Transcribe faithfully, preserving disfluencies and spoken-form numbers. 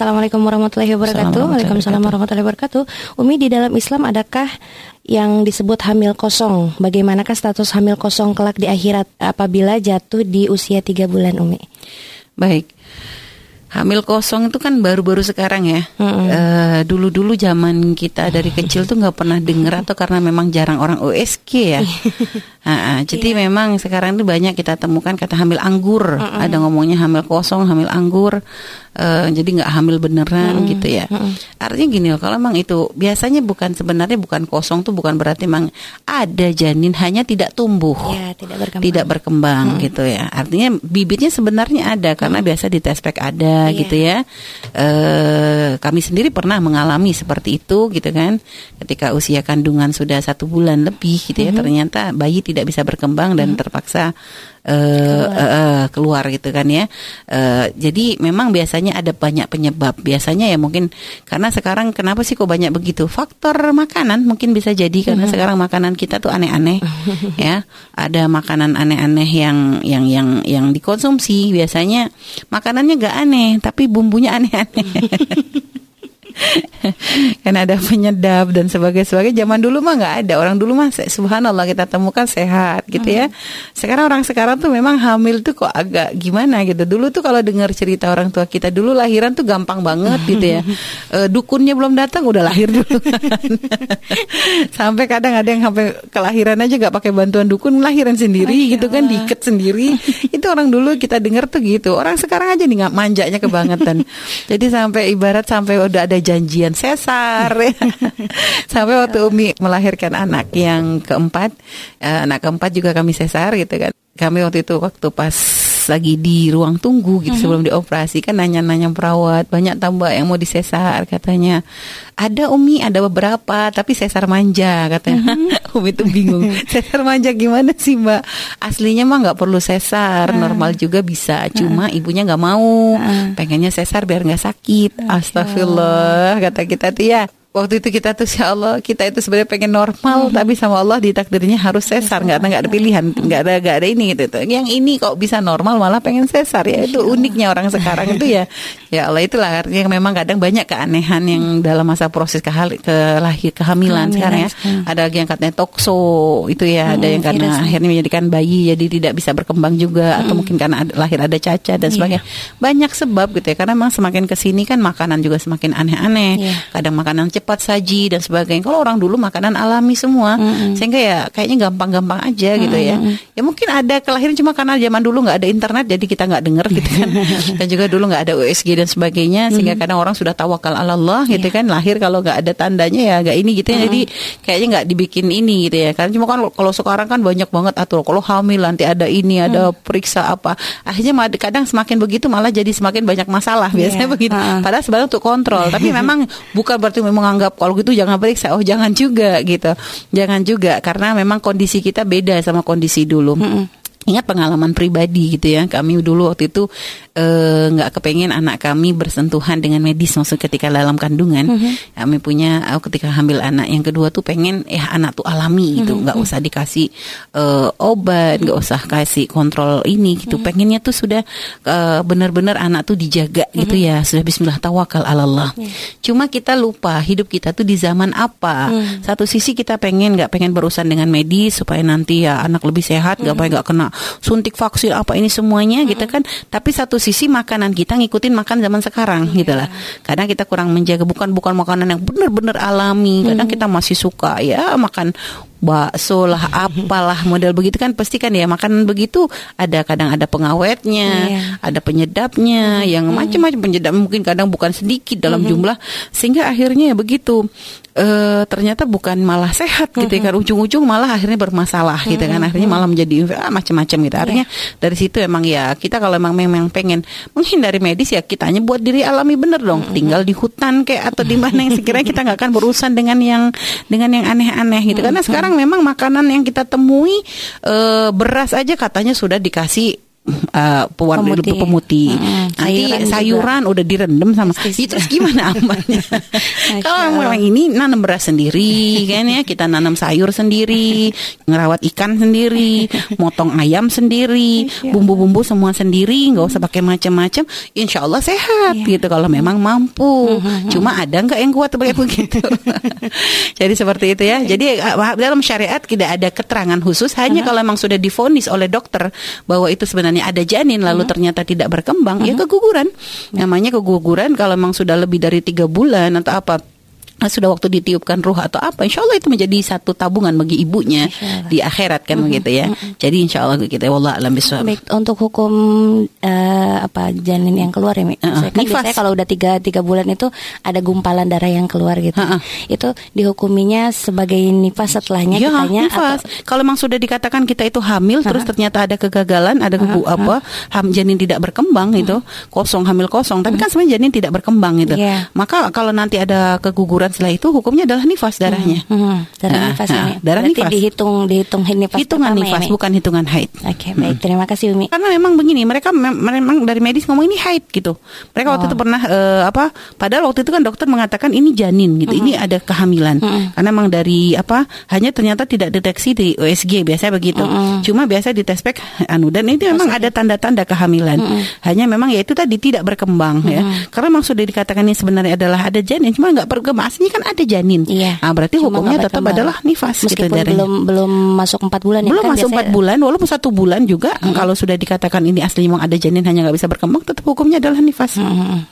Assalamualaikum warahmatullahi wabarakatuh. Waalaikumsalam warahmatullahi wabarakatuh. Umi, di dalam Islam adakah yang disebut hamil kosong? Bagaimanakah status hamil kosong kelak di akhirat apabila jatuh di usia tiga bulan, Umi? Baik. Hamil kosong itu kan baru-baru sekarang ya. Mm-hmm. Uh, dulu-dulu zaman kita dari kecil tuh nggak pernah dengar atau karena memang jarang orang O S G ya. uh, uh, jadi yeah. memang sekarang itu banyak kita temukan kata hamil anggur. Mm-hmm. Ada ngomongnya hamil kosong, hamil anggur. Uh, jadi nggak hamil beneran mm-hmm. gitu ya. Mm-hmm. Artinya gini loh, kalau memang itu biasanya bukan sebenarnya bukan kosong tuh bukan berarti memang ada janin hanya tidak tumbuh, yeah, tidak berkembang, tidak berkembang mm-hmm. gitu ya. Artinya bibitnya sebenarnya ada karena mm-hmm. biasa di tespek ada. Yeah. gitu ya. E, kami sendiri pernah mengalami seperti itu gitu kan. Ketika usia kandungan sudah satu bulan lebih gitu ya, mm-hmm. ternyata bayi tidak bisa berkembang dan mm-hmm. terpaksa e, keluar. E, e, keluar gitu kan ya. E, jadi memang biasanya ada banyak penyebab. Biasanya ya mungkin karena sekarang kenapa sih kok banyak begitu? Faktor makanan mungkin bisa jadi karena mm-hmm. sekarang makanan kita tuh aneh-aneh ya. Ada makanan aneh-aneh yang yang yang yang dikonsumsi. Biasanya makanannya nggak aneh tapi bumbunya aneh-aneh. Kan ada penyedap dan sebagainya. Zaman dulu mah nggak ada. Orang dulu mah subhanallah kita temukan sehat gitu ya. Sekarang orang sekarang tuh memang hamil tuh kok agak gimana gitu. Dulu tuh kalau dengar cerita orang tua kita dulu lahiran tuh gampang banget gitu ya. E, dukunnya belum datang udah lahir dulu. Sampai kadang ada yang sampai kelahiran aja nggak pakai bantuan dukun, lahiran sendiri gitu kan, diikat sendiri. Itu orang dulu kita dengar tuh gitu. Orang sekarang aja nih nggak manjanya kebangetan. Jadi sampai ibarat sampai udah ada janjian sesar ya. Sampai waktu Umi melahirkan anak yang keempat, anak keempat juga kami sesar gitu kan. Kami waktu itu waktu pas lagi di ruang tunggu gitu uh-huh. sebelum dioperasi kan nanya-nanya perawat, banyak tambah yang mau disesar katanya. Ada Umi, ada beberapa tapi sesar manja katanya. Uh-huh. Umi tuh bingung. Sesar manja gimana sih Mbak? Aslinya mah nggak perlu sesar, uh-huh. normal juga bisa. Cuma uh-huh. ibunya nggak mau, uh-huh. pengennya sesar biar nggak sakit. Uh-huh. Astagfirullah kata kita tuh ya. Waktu itu kita tuh ya Allah kita itu sebenarnya pengen normal hmm. tapi sama Allah ditakdirnya harus sesar, nggak ada nggak ada pilihan, nggak ada nggak ada ini gitu. Yang ini kok bisa normal malah pengen sesar ya, itu uniknya orang sekarang itu ya. Ya Allah, itulah artinya memang kadang banyak keanehan yang dalam masa proses kehal, kelahir kehamilan hmm, sekarang ya. Hmm. Ada yang katanya tokso itu ya, ada hmm, yang karena virus. Akhirnya menjadikan bayi jadi tidak bisa berkembang juga hmm. atau mungkin karena ada, lahir ada cacat dan sebagainya. Yeah. Banyak sebab gitu ya, karena memang semakin kesini kan makanan juga semakin aneh-aneh. Yeah. Kadang makanan cepat saji dan sebagainya. Kalau orang dulu makanan alami semua, mm-hmm. sehingga ya kayaknya gampang-gampang aja gitu ya. Mm-hmm. Ya mungkin ada kelahiran cuma karena zaman dulu nggak ada internet, jadi kita nggak dengar gitu kan. Dan juga dulu nggak ada U S G dan sebagainya, sehingga mm-hmm. kadang orang sudah tawakal ala Allah gitu yeah. kan. Lahir kalau nggak ada tandanya ya nggak ini gitu. Mm-hmm. Jadi kayaknya nggak dibikin ini gitu ya. Karena cuma kan kalau sekarang kan banyak banget atur. Kalau hamil nanti ada ini, ada mm-hmm. periksa apa. Akhirnya kadang semakin begitu malah jadi semakin banyak masalah. Biasanya yeah. begitu. Uh-huh. Padahal sebenarnya untuk kontrol. Tapi memang bukan berarti memang menganggap kalau gitu jangan periksa. Oh jangan juga gitu. Jangan juga karena memang kondisi kita beda sama kondisi dulu. Mm-mm. Ingat pengalaman pribadi gitu ya. Kami dulu waktu itu nggak e, kepengen anak kami bersentuhan dengan medis, maksud ketika dalam kandungan. Mm-hmm. Kami punya oh, ketika hamil anak yang kedua tuh pengen ya anak tuh alami gitu, nggak mm-hmm. usah dikasih e, obat, nggak mm-hmm. usah kasih kontrol ini gitu. Mm-hmm. Pengennya tuh sudah e, benar-benar anak tuh dijaga mm-hmm. gitu ya. Sudah bismillah tawakal ala Allah. Mm-hmm. Cuma kita lupa hidup kita tuh di zaman apa. Mm-hmm. Satu sisi kita pengen nggak pengen berurusan dengan medis supaya nanti ya anak lebih sehat, nggak mm-hmm. pengen nggak kena suntik vaksin apa ini semuanya mm-hmm. gitu kan. Tapi satu sisi makanan kita ngikutin makan zaman sekarang yeah. gitu lah. Kadang kita kurang menjaga, bukan bukan makanan yang benar-benar alami. Kadang mm-hmm. kita masih suka ya makan bakso lah, apalah model begitu kan, pasti kan ya makanan begitu ada kadang ada pengawetnya, yeah. ada penyedapnya, mm-hmm. yang macam-macam penyedap mungkin kadang bukan sedikit dalam mm-hmm. jumlah, sehingga akhirnya ya begitu e, ternyata bukan malah sehat gitu mm-hmm. ya kan, ujung-ujung malah akhirnya bermasalah gitu mm-hmm. kan, akhirnya malah menjadi ah, macam-macam gitu. Artinya yeah. dari situ emang ya kita kalau emang memang pengen menghindari medis ya kitanya buat diri alami bener dong, mm-hmm. tinggal di hutan kayak atau di mana yang sekiranya kita nggak akan berurusan dengan yang dengan yang aneh-aneh gitu, mm-hmm. karena sekarang memang makanan yang kita temui e, beras aja katanya sudah dikasih uh, pewarna Pemutih. pemutih. Hmm, Nanti sayuran sayuran udah direndam sama. Pestisida. Terus gimana amannya? Kalau memang ini nanam beras sendiri kan ya, kita nanam sayur sendiri, ngerawat ikan sendiri, motong ayam sendiri, bumbu-bumbu semua sendiri, nggak usah pakai macam-macam, insya Allah sehat Iya. gitu kalau memang mampu. Cuma ada nggak yang kuat kayak begitu? Jadi seperti itu ya. Jadi uh, dalam syariat tidak ada keterangan khusus, hanya kalau memang sudah divonis oleh dokter bahwa itu sebenarnya ada janin lalu ternyata tidak berkembang, ya keguguran. Namanya keguguran kalau memang sudah lebih dari tiga bulan atau apa, sudah waktu ditiupkan ruh atau apa, insya Allah itu menjadi satu tabungan bagi ibunya di akhirat kan, mm-hmm. begitu ya. Mm-hmm. Jadi insya Allah kita wallah alam bisawab. Baik, untuk hukum uh, apa janin yang keluar ya, Mi? Uh-uh. Kan biasanya kalau udah tiga tiga bulan itu ada gumpalan darah yang keluar gitu. Uh-uh. Itu dihukuminya sebagai nifas setelahnya ya, kitanya. Nifas. Atau... Kalau memang sudah dikatakan kita itu hamil, uh-huh. terus ternyata ada kegagalan, ada uh-huh. apa ham, janin tidak berkembang uh-huh. itu kosong hamil kosong, tapi uh-huh. kan sebenarnya janin tidak berkembang itu. Yeah. Maka kalau nanti ada keguguran setelah itu hukumnya adalah nifas darahnya. Hmm, hmm, darah nah, nifas nah, ini. Darah Berarti nifas. dihitung dihitung nifas hitungan pertama, nifas ya, bukan hitungan haid. Oke, okay, baik. Hmm. Terima kasih Umi. Karena memang begini, mereka mem- memang dari medis ngomong ini haid gitu. Mereka oh. waktu itu pernah uh, apa? Padahal waktu itu kan dokter mengatakan ini janin gitu. Hmm. Ini ada kehamilan. Hmm. Karena memang dari apa? Hanya ternyata tidak deteksi di U S G biasanya begitu. Hmm. Cuma biasa di tespek anu, dan ini memang ada tanda-tanda kehamilan. Hmm. Hanya memang ya itu tadi tidak berkembang hmm. ya. Karena memang sudah dikatakan ini sebenarnya adalah ada janin, cuma nggak berkembang. Aslinya kan ada janin. Iya. Nah, berarti Cuma hukumnya tetap adalah nifas. Meskipun gitu, belum belum masuk empat bulan. Belum ya, kan masuk empat bulan, walaupun satu bulan juga hmm. kalau sudah dikatakan ini aslinya memang ada janin hanya nggak bisa berkembang, tetap hukumnya adalah nifas. Hmm.